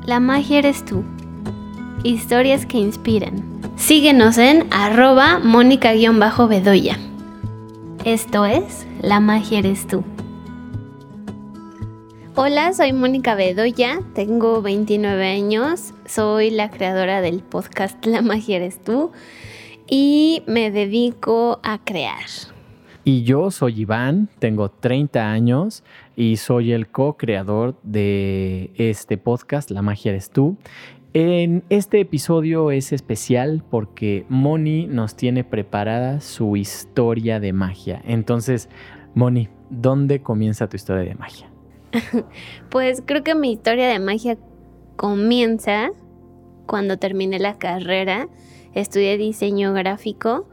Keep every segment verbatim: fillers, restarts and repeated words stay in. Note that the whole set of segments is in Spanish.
La magia eres tú. Historias que inspiran. Síguenos en arroba mónica-bedoya. Esto es La magia eres tú. Hola, soy Mónica Bedoya, tengo veintinueve años, soy la creadora del podcast La magia eres tú y me dedico a crear. Y yo soy Iván, tengo treinta años y soy el co-creador de este podcast, La magia eres tú. En este episodio es especial porque Moni nos tiene preparada su historia de magia. Entonces, Moni, ¿dónde comienza tu historia de magia? Pues creo que mi historia de magia comienza cuando terminé la carrera. Estudié diseño gráfico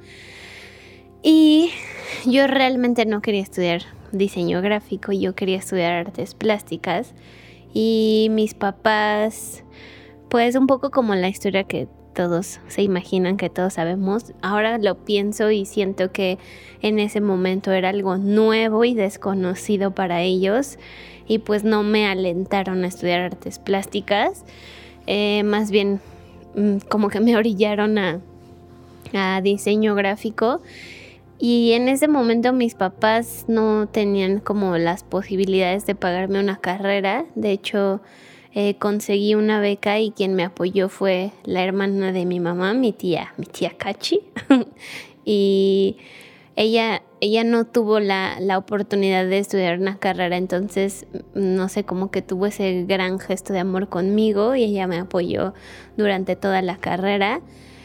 y yo realmente no quería estudiar diseño gráfico, yo quería estudiar artes plásticas y mis papás, pues un poco como la historia que todos se imaginan, que todos sabemos, ahora lo pienso y siento que en ese momento era algo nuevo y desconocido para ellos y pues no me alentaron a estudiar artes plásticas, eh, más bien como que me orillaron a, a diseño gráfico. Y en ese momento mis papás no tenían como las posibilidades de pagarme una carrera. De hecho, eh, conseguí una beca y quien me apoyó fue la hermana de mi mamá, mi tía, mi tía Cachi. y ella, ella no tuvo la, la oportunidad de estudiar una carrera, entonces no sé, como que tuvo ese gran gesto de amor conmigo y ella me apoyó durante toda la carrera.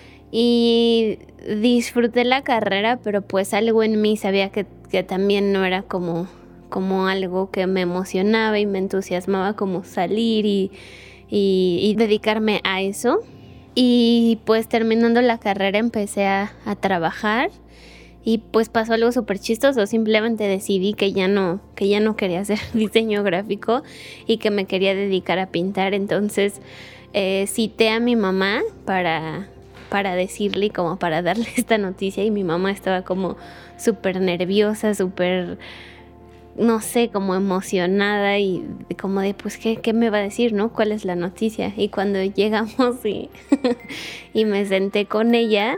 Y disfruté la carrera, pero pues algo en mí sabía que, que también no era como, como algo que me emocionaba y me entusiasmaba como salir y, y, y dedicarme a eso. Y pues terminando la carrera empecé a, a trabajar y pues pasó algo súper chistoso. Simplemente decidí que ya no, que ya no quería hacer diseño gráfico y que me quería dedicar a pintar. Entonces eh, cité a mi mamá para... para decirle y como para darle esta noticia y mi mamá estaba como súper nerviosa, súper, no sé, como emocionada y como de pues ¿qué, qué me va a decir, no? ¿Cuál es la noticia? Y cuando llegamos y, y me senté con ella,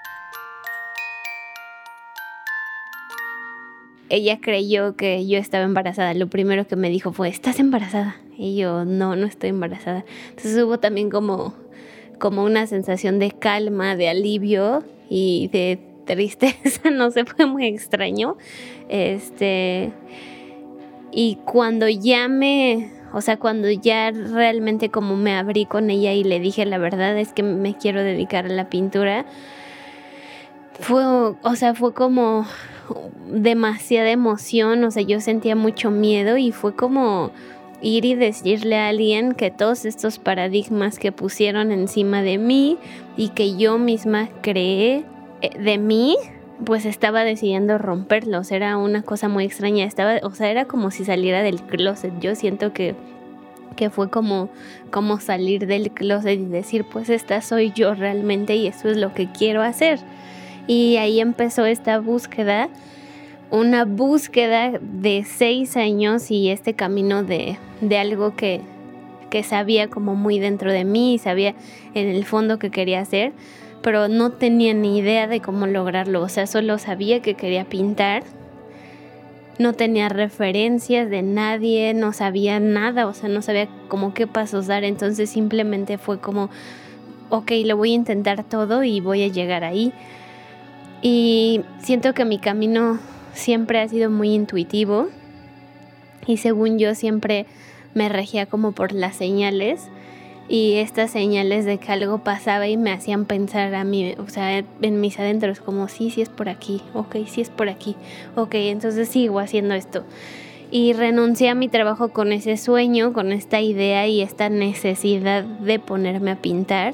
ella creyó que yo estaba embarazada. Lo primero que me dijo fue, ¿estás embarazada? Y yo, no, no estoy embarazada. Entonces hubo también como... como una sensación de calma, de alivio y de tristeza, no sé, fue muy extraño. Este, y cuando ya me, o sea, cuando ya realmente como me abrí con ella y le dije la verdad es que me quiero dedicar a la pintura, fue, o sea, fue como demasiada emoción, o sea, yo sentía mucho miedo y fue como... ir y decirle a alguien que todos estos paradigmas que pusieron encima de mí y que yo misma creé de mí, pues estaba decidiendo romperlos. Era una cosa muy extraña. Estaba, o sea, era como si saliera del closet. Yo siento que, que fue como, como salir del closet y decir, pues esta soy yo realmente y eso es lo que quiero hacer. Y ahí empezó esta búsqueda. Una búsqueda de seis años y este camino de, de algo que, que sabía como muy dentro de mí y sabía en el fondo que quería hacer, pero no tenía ni idea de cómo lograrlo. O sea, solo sabía que quería pintar, no tenía referencias de nadie, no sabía nada, o sea, no sabía como qué pasos dar, entonces simplemente fue como, ok, lo voy a intentar todo y voy a llegar ahí. Y siento que mi camino... siempre ha sido muy intuitivo y según yo siempre me regía como por las señales y estas señales de que algo pasaba y me hacían pensar a mí, o sea, en mis adentros como sí, sí es por aquí, ok, sí es por aquí, ok, entonces sigo haciendo esto. Y renuncié a mi trabajo con ese sueño, con esta idea y esta necesidad de ponerme a pintar.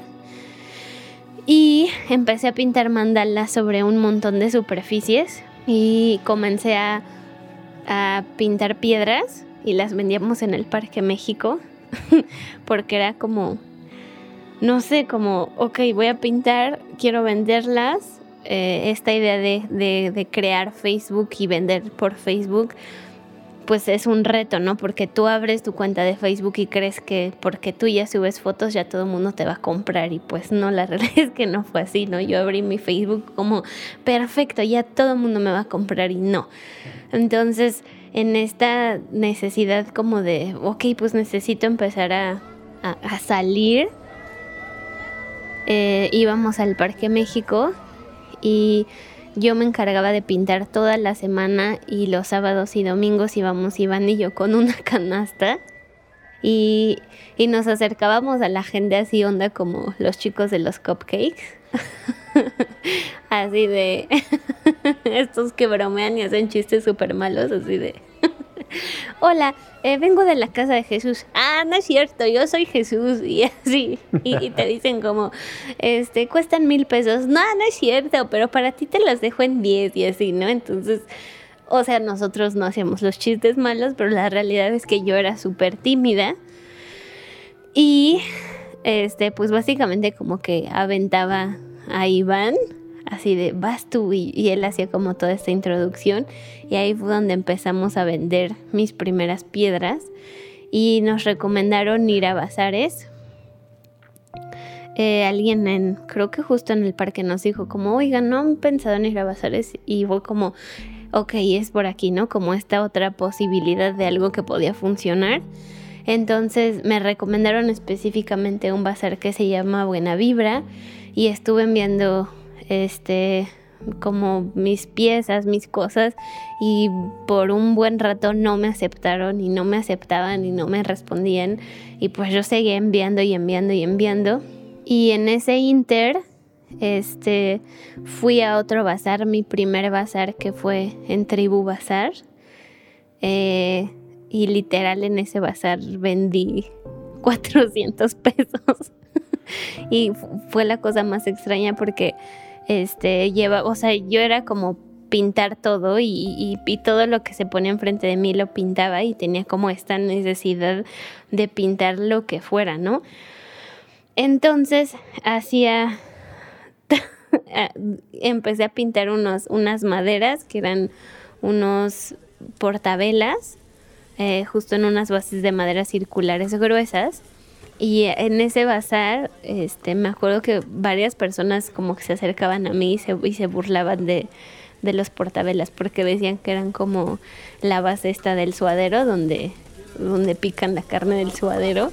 Y empecé a pintar mandalas sobre un montón de superficies. Y comencé a, a pintar piedras y las vendíamos en el Parque México porque era como, no sé, como, ok, voy a pintar, quiero venderlas. Eh, esta idea de, de, de crear Facebook y vender por Facebook pues es un reto, ¿no? Porque tú abres tu cuenta de Facebook y crees que porque tú ya subes fotos ya todo el mundo te va a comprar y pues no, la realidad es que no fue así, ¿no? Yo abrí mi Facebook como, perfecto, ya todo el mundo me va a comprar y no. Entonces, en esta necesidad como de, ok, pues necesito empezar a, a, a salir, eh, íbamos al Parque México y yo me encargaba de pintar toda la semana y los sábados y domingos íbamos Iván y yo con una canasta y, y nos acercábamos a la gente así onda como los chicos de los cupcakes. Así de estos que bromean y hacen chistes súper malos, así de hola, eh, vengo de la casa de Jesús. Ah, no es cierto, yo soy Jesús. Y así, y, y te dicen como, este, cuestan mil pesos. No, no es cierto, pero para ti te las dejo en diez y así, ¿no? Entonces, o sea, nosotros no hacíamos los chistes malos, pero la realidad es que yo era súper tímida. Y, este, pues básicamente como que aventaba a Iván, así de, vas tú, y, y él hacía como toda esta introducción y ahí fue donde empezamos a vender mis primeras piedras y nos recomendaron ir a bazares. Eh, alguien en, creo que justo en el parque nos dijo como, oigan, ¿no han pensado en ir a bazares? Y fue como, ok, es por aquí, ¿no? Como esta otra posibilidad de algo que podía funcionar. Entonces me recomendaron específicamente un bazar que se llama Buena Vibra y estuve enviando este como mis piezas, mis cosas y por un buen rato no me aceptaron y no me aceptaban y no me respondían y pues yo seguía enviando y enviando y enviando y en ese inter este fui a otro bazar, mi primer bazar que fue en Tribu Bazar eh, y literal en ese bazar vendí cuatrocientos pesos y fue la cosa más extraña porque Este, lleva, o sea, yo era como pintar todo y, y, y todo lo que se ponía enfrente de mí lo pintaba y tenía como esta necesidad de pintar lo que fuera, ¿no? Entonces hacía, empecé a pintar unos, unas maderas que eran unos portavelas, eh, justo en unas bases de madera circulares gruesas. Y en ese bazar, este, me acuerdo que varias personas como que se acercaban a mí y se, y se burlaban de, de los portavelas porque decían que eran como la base esta del suadero donde, donde pican la carne del suadero.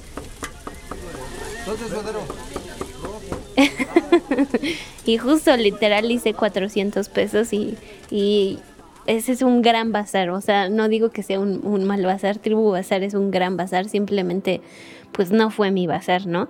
Y justo literal hice cuatrocientos pesos y, y ese es un gran bazar, o sea, no digo que sea un, un mal bazar, Tribu Bazar es un gran bazar, simplemente pues no fue mi bazar, ¿no?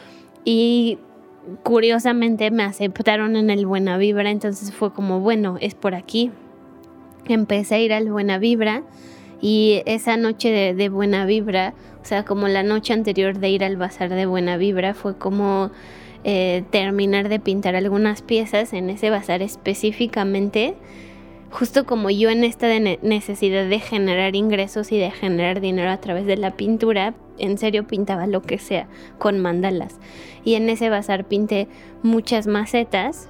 Y curiosamente me aceptaron en el Buena Vibra, entonces fue como, bueno, es por aquí. Empecé a ir al Buena Vibra y esa noche de, de Buena Vibra, o sea, como la noche anterior de ir al bazar de Buena Vibra, fue como eh, terminar de pintar algunas piezas en ese bazar específicamente. Justo como yo en esta de necesidad de generar ingresos y de generar dinero a través de la pintura, en serio pintaba lo que sea con mandalas. Y en ese bazar pinté muchas macetas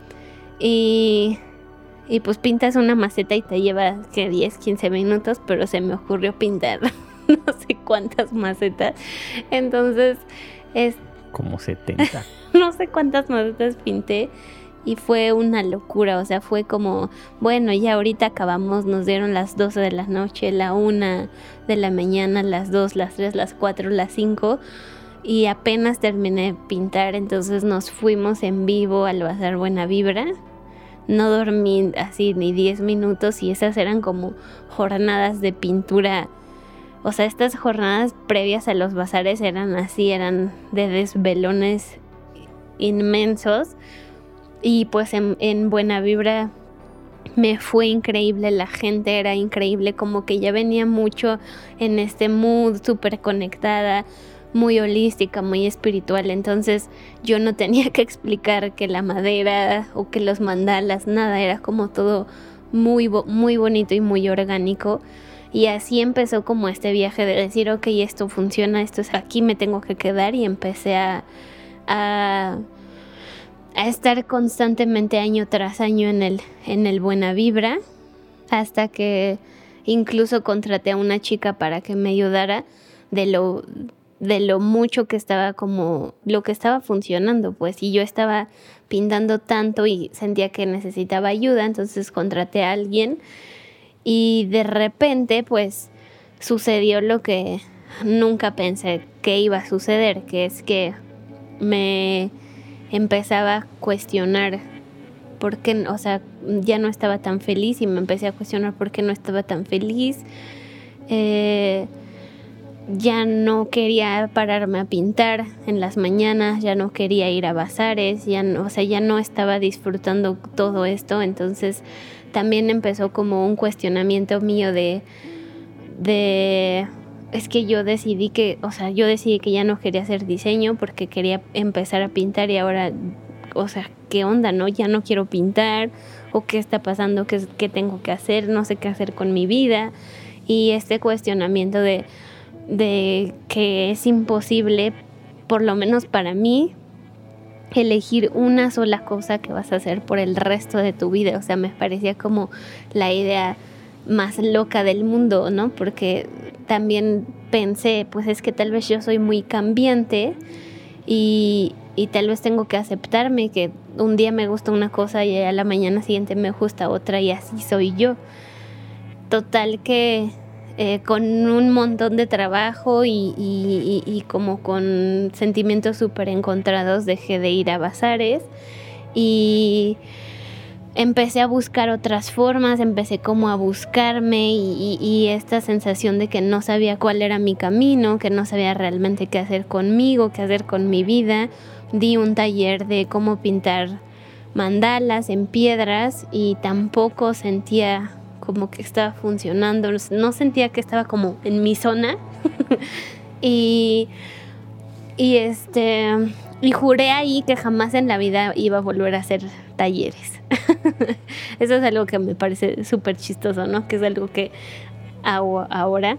y, y pues pintas una maceta y te lleva que diez, quince minutos, pero se me ocurrió pintar no sé cuántas macetas. Entonces es... Como setenta. No sé cuántas macetas pinté. Y fue una locura, o sea, fue como, bueno, ya ahorita acabamos, nos dieron las doce de la noche, la una de la mañana, las dos, las tres, las cuatro, las cinco, y apenas terminé de pintar, entonces nos fuimos en vivo al Bazar Buena Vibra. No dormí así ni diez minutos y esas eran como jornadas de pintura. O sea, estas jornadas previas a los bazares eran así, eran de desvelones inmensos. Y pues en, en Buena Vibra me fue increíble, la gente era increíble, como que ya venía mucho en este mood, súper conectada, muy holística, muy espiritual. Entonces yo no tenía que explicar que la madera o que los mandalas, nada, era como todo muy, muy bonito y muy orgánico. Y así empezó como este viaje de decir, ok, esto funciona, esto es aquí, me tengo que quedar. Y empecé a... a a estar constantemente año tras año en el, en el Buena Vibra, hasta que incluso contraté a una chica para que me ayudara de lo, de lo mucho que estaba como, lo que estaba funcionando, pues, y yo estaba pintando tanto y sentía que necesitaba ayuda, entonces contraté a alguien y de repente, pues, sucedió lo que nunca pensé que iba a suceder, que es que me empezaba a cuestionar por qué, o sea, ya no estaba tan feliz y me empecé a cuestionar por qué no estaba tan feliz. Eh, ya no quería pararme a pintar en las mañanas, ya no quería ir a bazares, ya no, o sea, ya no estaba disfrutando todo esto, entonces también empezó como un cuestionamiento mío de, de, es que yo decidí que, o sea, yo decidí que ya no quería hacer diseño porque quería empezar a pintar y ahora, o sea, ¿qué onda, no? Ya no quiero pintar, o qué está pasando, qué, qué tengo que hacer, no sé qué hacer con mi vida, y este cuestionamiento de, de que es imposible, por lo menos para mí, elegir una sola cosa que vas a hacer por el resto de tu vida. O sea, me parecía como la idea más loca del mundo, ¿no? Porque también pensé, pues es que tal vez yo soy muy cambiante y, y tal vez tengo que aceptarme que un día me gusta una cosa y a la mañana siguiente me gusta otra y así soy yo. Total que Eh, con un montón de trabajo y, y, y, y como con sentimientos súper encontrados dejé de ir a bazares y empecé a buscar otras formas, empecé como a buscarme y, y, y esta sensación de que no sabía cuál era mi camino, que no sabía realmente qué hacer conmigo, qué hacer con mi vida. Di un taller de cómo pintar mandalas en piedras y tampoco sentía como que estaba funcionando, no sentía que estaba como en mi zona y, y este y juré ahí que jamás en la vida iba a volver a hacer talleres. Eso es algo que me parece súper chistoso, ¿no? Que es algo que hago ahora.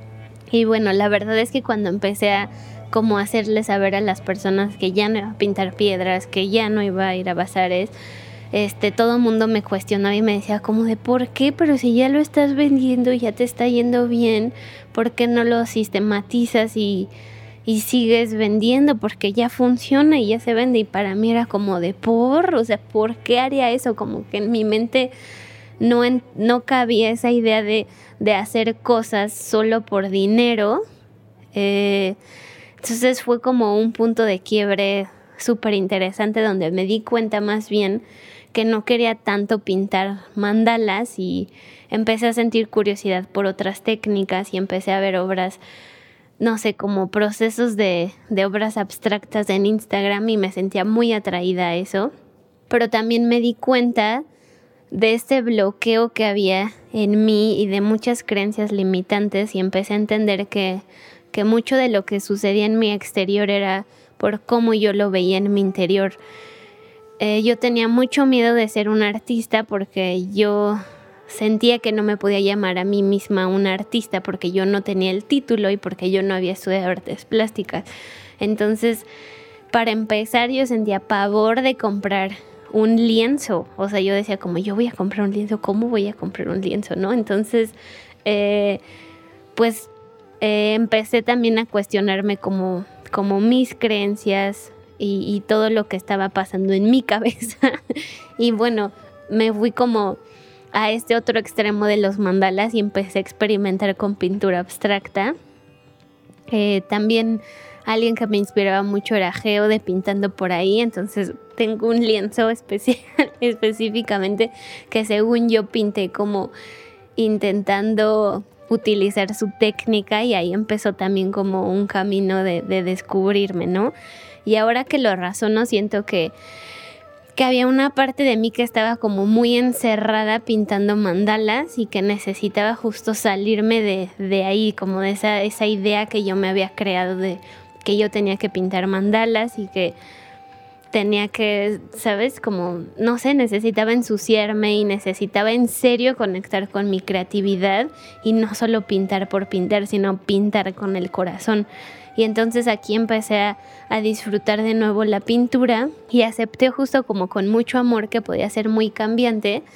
Y bueno, la verdad es que cuando empecé a como hacerle saber a las personas que ya no iba a pintar piedras, que ya no iba a ir a bazares, Este, todo el mundo me cuestionaba y me decía como de ¿por qué? Pero si ya lo estás vendiendo y ya te está yendo bien, ¿por qué no lo sistematizas y, y sigues vendiendo? Porque ya funciona y ya se vende. Y para mí era como de ¿por? O sea, ¿por qué haría eso? Como que en mi mente no, en, no cabía esa idea de, de hacer cosas solo por dinero. Eh, entonces fue como un punto de quiebre súper interesante donde me di cuenta más bien que no quería tanto pintar mandalas y empecé a sentir curiosidad por otras técnicas y empecé a ver obras, no sé, como procesos de, de obras abstractas en Instagram y me sentía muy atraída a eso. Pero también me di cuenta de este bloqueo que había en mí y de muchas creencias limitantes y empecé a entender que, que mucho de lo que sucedía en mi exterior era por cómo yo lo veía en mi interior. Eh, yo tenía mucho miedo de ser una artista porque yo sentía que no me podía llamar a mí misma una artista porque yo no tenía el título y porque yo no había estudiado artes plásticas. Entonces, para empezar, yo sentía pavor de comprar un lienzo. O sea, yo decía como, yo voy a comprar un lienzo, ¿cómo voy a comprar un lienzo? ¿No? Entonces, eh, pues eh, empecé también a cuestionarme como, como mis creencias y, y todo lo que estaba pasando en mi cabeza. Y bueno, me fui como a este otro extremo de los mandalas y empecé a experimentar con pintura abstracta. Eh, también alguien que me inspiraba mucho era Geo de Pintando por Ahí, entonces tengo un lienzo especial específicamente que según yo pinté como intentando utilizar su técnica y ahí empezó también como un camino de, de descubrirme, ¿no? Y ahora que lo razono siento que que había una parte de mí que estaba como muy encerrada pintando mandalas y que necesitaba justo salirme de, de ahí, como de esa, esa idea que yo me había creado de que yo tenía que pintar mandalas y que tenía que, ¿sabes? Como, no sé, necesitaba ensuciarme y necesitaba en serio conectar con mi creatividad y no solo pintar por pintar, sino pintar con el corazón. Y entonces aquí empecé a, a disfrutar de nuevo la pintura y acepté justo como con mucho amor que podía ser muy cambiante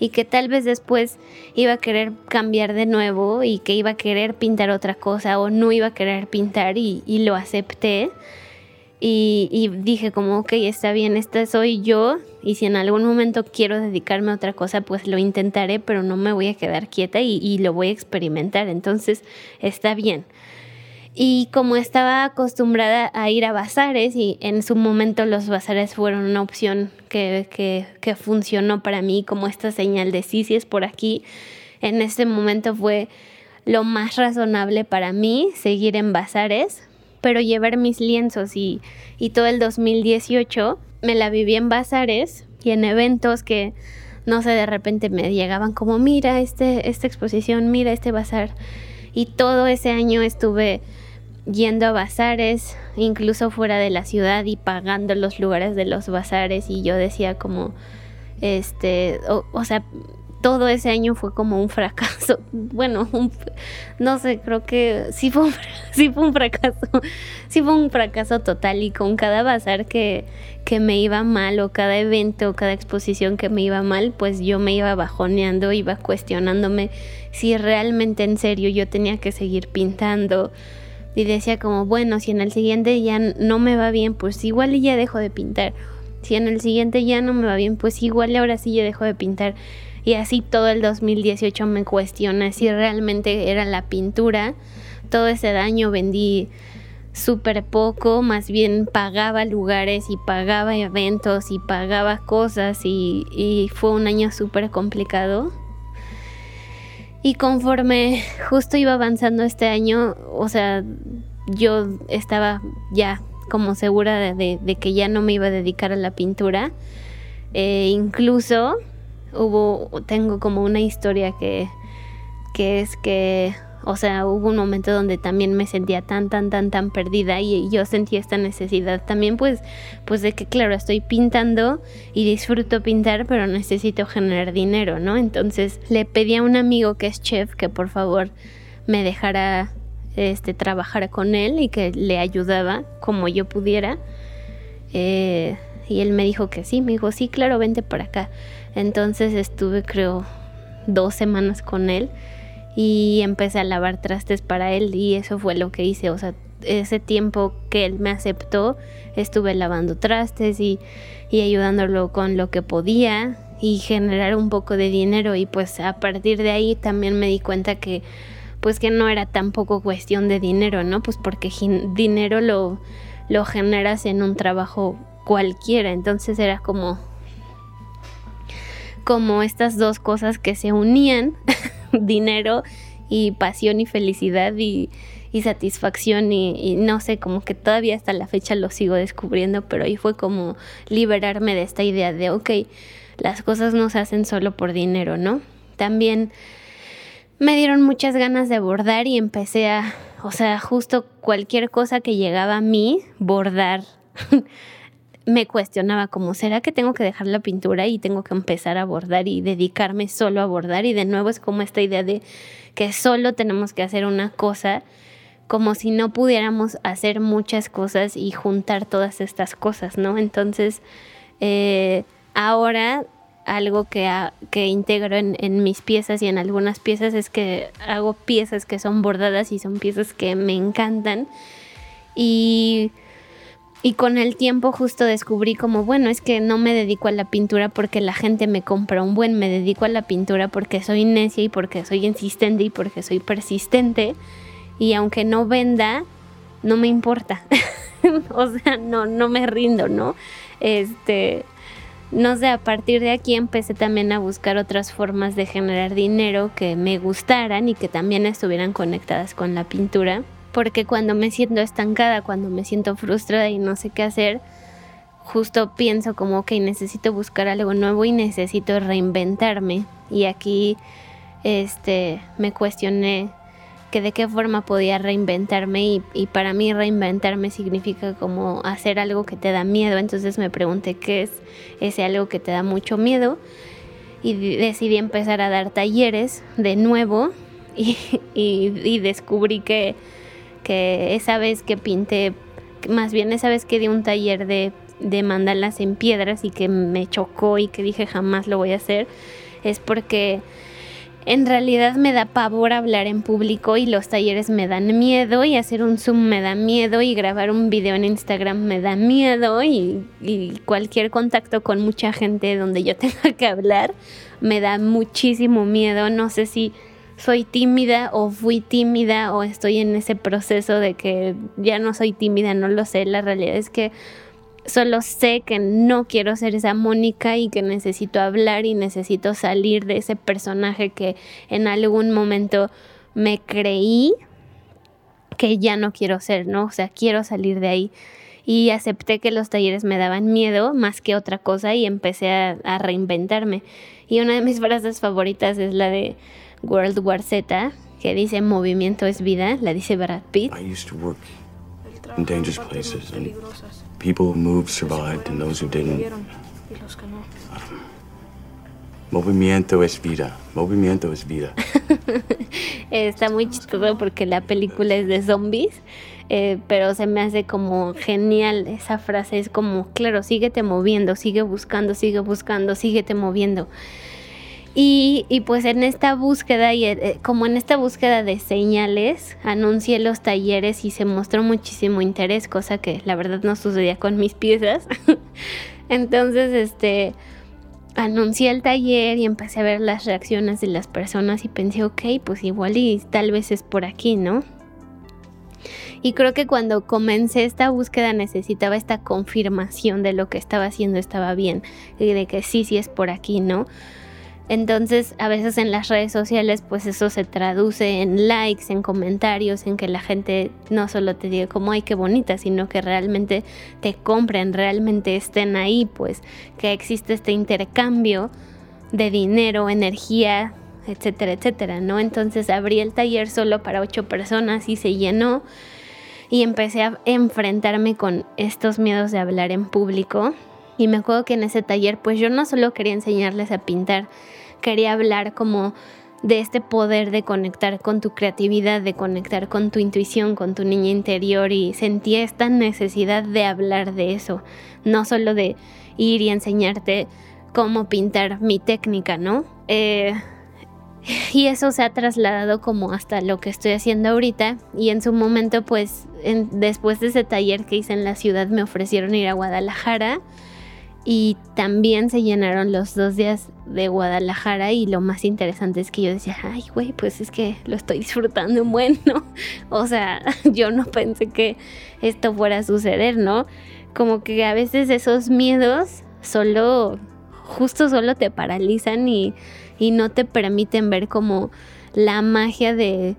y que tal vez después iba a querer cambiar de nuevo y que iba a querer pintar otra cosa o no iba a querer pintar y, y lo acepté. Y, y dije como, ok, está bien, esta soy yo y si en algún momento quiero dedicarme a otra cosa, pues lo intentaré, pero no me voy a quedar quieta y, y lo voy a experimentar, entonces está bien. Y como estaba acostumbrada a ir a bazares y en su momento los bazares fueron una opción que, que, que funcionó para mí como esta señal de sí, sí es por aquí, en ese momento fue lo más razonable para mí seguir en bazares, pero llevar mis lienzos y, y todo el dos mil dieciocho me la viví en bazares y en eventos que, no sé, de repente me llegaban como, mira este, esta exposición, mira este bazar. Y todo ese año estuve yendo a bazares, incluso fuera de la ciudad y pagando los lugares de los bazares y yo decía como, este, o, o sea... todo ese año fue como un fracaso. Bueno, un, no sé, creo que sí fue, un, sí fue un fracaso. Sí fue un fracaso total y con cada bazar que, que me iba mal o cada evento o cada exposición que me iba mal, pues yo me iba bajoneando, iba cuestionándome si realmente en serio yo tenía que seguir pintando. Y decía como, bueno, si en el siguiente ya no me va bien, pues igual ya dejo de pintar. Si en el siguiente ya no me va bien, pues igual ahora sí ya dejo de pintar. Y así todo el dos mil dieciocho me cuestioné si realmente era la pintura. Todo ese año vendí súper poco, más bien pagaba lugares y pagaba eventos y pagaba cosas y, y fue un año súper complicado. Y conforme justo iba avanzando este año, o sea, yo estaba ya como segura de, de, de que ya no me iba a dedicar a la pintura. Eh, incluso... Hubo, tengo como una historia que, que es que, o sea, hubo un momento donde también me sentía tan, tan, tan, tan perdida y yo sentía esta necesidad también pues, pues de que claro, estoy pintando y disfruto pintar, pero necesito generar dinero, ¿no? Entonces le pedí a un amigo que es chef que por favor me dejara este, trabajar con él y que le ayudaba como yo pudiera. Eh, y él me dijo que sí, me dijo, sí, claro, vente para acá. Entonces estuve creo dos semanas con él y empecé a lavar trastes para él y eso fue lo que hice, o sea, ese tiempo que él me aceptó estuve lavando trastes y, y ayudándolo con lo que podía y generar un poco de dinero y pues a partir de ahí también me di cuenta que pues que no era tampoco cuestión de dinero, ¿no? Pues porque gin- dinero lo, lo generas en un trabajo cualquiera, entonces era como... como estas dos cosas que se unían, dinero y pasión y felicidad y, y satisfacción y, y no sé, como que todavía hasta la fecha lo sigo descubriendo, pero ahí fue como liberarme de esta idea de, ok, las cosas no se hacen solo por dinero, ¿no? También me dieron muchas ganas de bordar y empecé a, o sea, justo cualquier cosa que llegaba a mí, bordar. Me cuestionaba como, ¿será que tengo que dejar la pintura y tengo que empezar a bordar y dedicarme solo a bordar? Y de nuevo es como esta idea de que solo tenemos que hacer una cosa, como si no pudiéramos hacer muchas cosas y juntar todas estas cosas, ¿no? Entonces, eh, ahora algo que, ha, que integro en, en mis piezas y en algunas piezas es que hago piezas que son bordadas y son piezas que me encantan. Y... Y con el tiempo justo descubrí como, bueno, es que no me dedico a la pintura porque la gente me compra un buen, me dedico a la pintura porque soy necia y porque soy insistente y porque soy persistente. Y aunque no venda, no me importa. O sea, no, no me rindo, ¿no? Este, no sé, a partir de aquí empecé también a buscar otras formas de generar dinero que me gustaran y que también estuvieran conectadas con la pintura. Porque cuando me siento estancada, cuando me siento frustrada y no sé qué hacer, justo pienso como, ok, necesito buscar algo nuevo y necesito reinventarme. Y aquí este, me cuestioné que de qué forma podía reinventarme y, y para mí reinventarme significa como hacer algo que te da miedo. Entonces me pregunté qué es ese algo que te da mucho miedo y decidí empezar a dar talleres de nuevo y, y, y descubrí que que esa vez que pinté, más bien esa vez que di un taller de, de mandalas en piedras y que me chocó y que dije jamás lo voy a hacer, es porque en realidad me da pavor hablar en público y los talleres me dan miedo y hacer un Zoom me da miedo y grabar un video en Instagram me da miedo y, y cualquier contacto con mucha gente donde yo tenga que hablar me da muchísimo miedo. No sé si soy tímida o fui tímida o estoy en ese proceso de que ya no soy tímida, no lo sé. La realidad es que solo sé que no quiero ser esa Mónica y que necesito hablar y necesito salir de ese personaje que en algún momento me creí que ya no quiero ser, ¿no? O sea, quiero salir de ahí. Y acepté que los talleres me daban miedo más que otra cosa y empecé a, a reinventarme. Y una de mis frases favoritas es la de World War Z, que dice movimiento es vida, la dice Brad Pitt. I used to work in dangerous places and people who moved survived and those who didn't. Um, movimiento es vida, movimiento es vida. Está muy chistoso porque la película es de zombies, eh, pero se me hace como genial esa frase. Es como, claro, síguete moviendo, sigue buscando, sigue buscando, síguete moviendo. Y, y pues en esta búsqueda, y eh, como en esta búsqueda de señales, anuncié los talleres y se mostró muchísimo interés, cosa que la verdad no sucedía con mis piezas. Entonces, este, anuncié el taller y empecé a ver las reacciones de las personas y pensé, ok, pues igual y tal vez es por aquí, ¿no? Y creo que cuando comencé esta búsqueda necesitaba esta confirmación de lo que estaba haciendo estaba bien y de que sí, sí es por aquí, ¿no? Entonces, a veces en las redes sociales, pues eso se traduce en likes, en comentarios, en que la gente no solo te diga como, ay, qué bonita, sino que realmente te compren, realmente estén ahí, pues que existe este intercambio de dinero, energía, etcétera, etcétera, ¿no? Entonces abrí el taller solo para ocho personas y se llenó y empecé a enfrentarme con estos miedos de hablar en público. Y me acuerdo que en ese taller, pues yo no solo quería enseñarles a pintar, quería hablar como de este poder de conectar con tu creatividad, de conectar con tu intuición, con tu niña interior, y sentía esta necesidad de hablar de eso, no solo de ir y enseñarte cómo pintar mi técnica, ¿no? Eh, y eso se ha trasladado como hasta lo que estoy haciendo ahorita, y en su momento, pues en, después de ese taller que hice en la ciudad, me ofrecieron ir a Guadalajara. Y también se llenaron los dos días de Guadalajara y lo más interesante es que yo decía, ay, güey, pues es que lo estoy disfrutando en bueno. O sea, yo no pensé que esto fuera a suceder, ¿no? Como que a veces esos miedos solo, justo solo te paralizan y, y no te permiten ver como la magia de...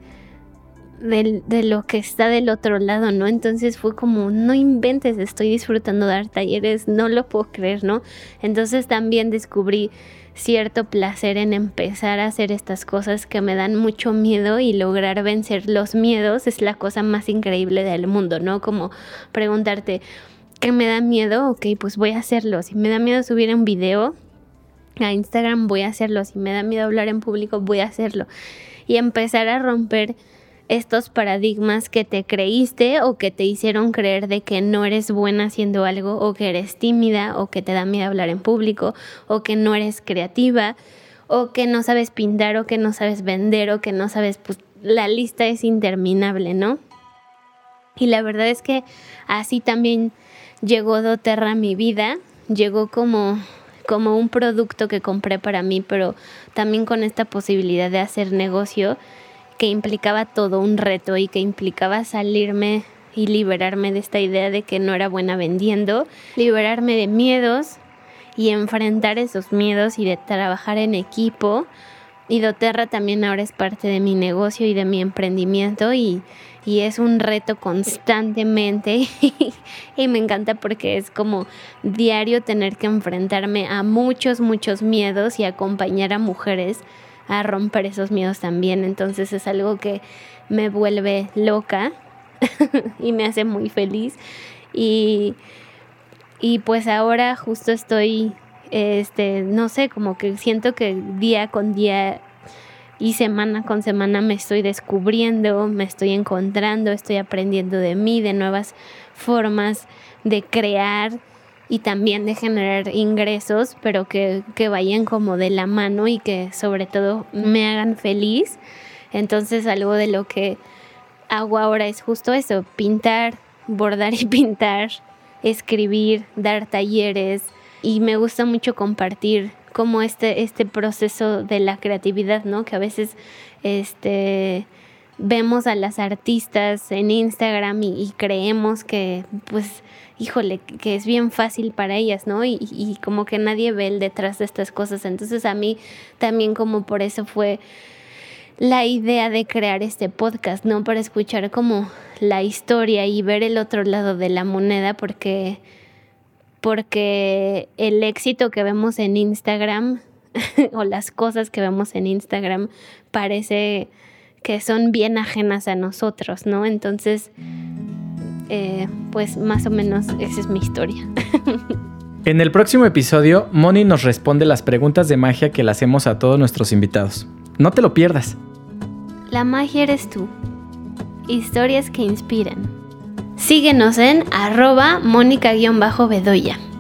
De, de lo que está del otro lado, ¿no? Entonces fue como, no inventes, estoy disfrutando de dar talleres, no lo puedo creer, ¿no? Entonces también descubrí cierto placer en empezar a hacer estas cosas que me dan mucho miedo, y lograr vencer los miedos es la cosa más increíble del mundo, ¿no? Como preguntarte, ¿qué me da miedo? Ok, pues voy a hacerlo. Si me da miedo subir un video a Instagram, voy a hacerlo. Si me da miedo hablar en público, voy a hacerlo. Y empezar a romper estos paradigmas que te creíste o que te hicieron creer de que no eres buena haciendo algo, o que eres tímida, o que te da miedo hablar en público, o que no eres creativa, o que no sabes pintar, o que no sabes vender, o que no sabes, pues la lista es interminable, ¿no? Y la verdad es que así también llegó doTERRA a mi vida, llegó como, como un producto que compré para mí, pero también con esta posibilidad de hacer negocio, que implicaba todo un reto y que implicaba salirme y liberarme de esta idea de que no era buena vendiendo, liberarme de miedos y enfrentar esos miedos y de trabajar en equipo. Y doTERRA también ahora es parte de mi negocio y de mi emprendimiento, y, y es un reto constantemente y me encanta porque es como diario tener que enfrentarme a muchos, muchos miedos y acompañar a mujeres a romper esos miedos también. Entonces es algo que me vuelve loca y me hace muy feliz, y, y pues ahora justo estoy, este, no sé, como que siento que día con día y semana con semana me estoy descubriendo, me estoy encontrando, estoy aprendiendo de mí, de nuevas formas de crear. y también de generar ingresos, pero que, que vayan como de la mano y que sobre todo me hagan feliz. Entonces algo de lo que hago ahora es justo eso, pintar, bordar y pintar, escribir, dar talleres, y me gusta mucho compartir como este, este proceso de la creatividad, ¿no? Que a veces este, vemos a las artistas en Instagram y, y creemos que, pues, híjole, que es bien fácil para ellas, ¿no? Y, y como que nadie ve el detrás de estas cosas. Entonces a mí también como por eso fue la idea de crear este podcast, ¿no? Para escuchar como la historia y ver el otro lado de la moneda, porque, porque el éxito que vemos en Instagram o las cosas que vemos en Instagram parece que son bien ajenas a nosotros, ¿no? Entonces, eh, pues más o menos esa es mi historia. En el próximo episodio, Moni nos responde las preguntas de magia que le hacemos a todos nuestros invitados. No te lo pierdas. La magia eres tú. Historias que inspiran. Síguenos en arroba Mónica-Bedoya.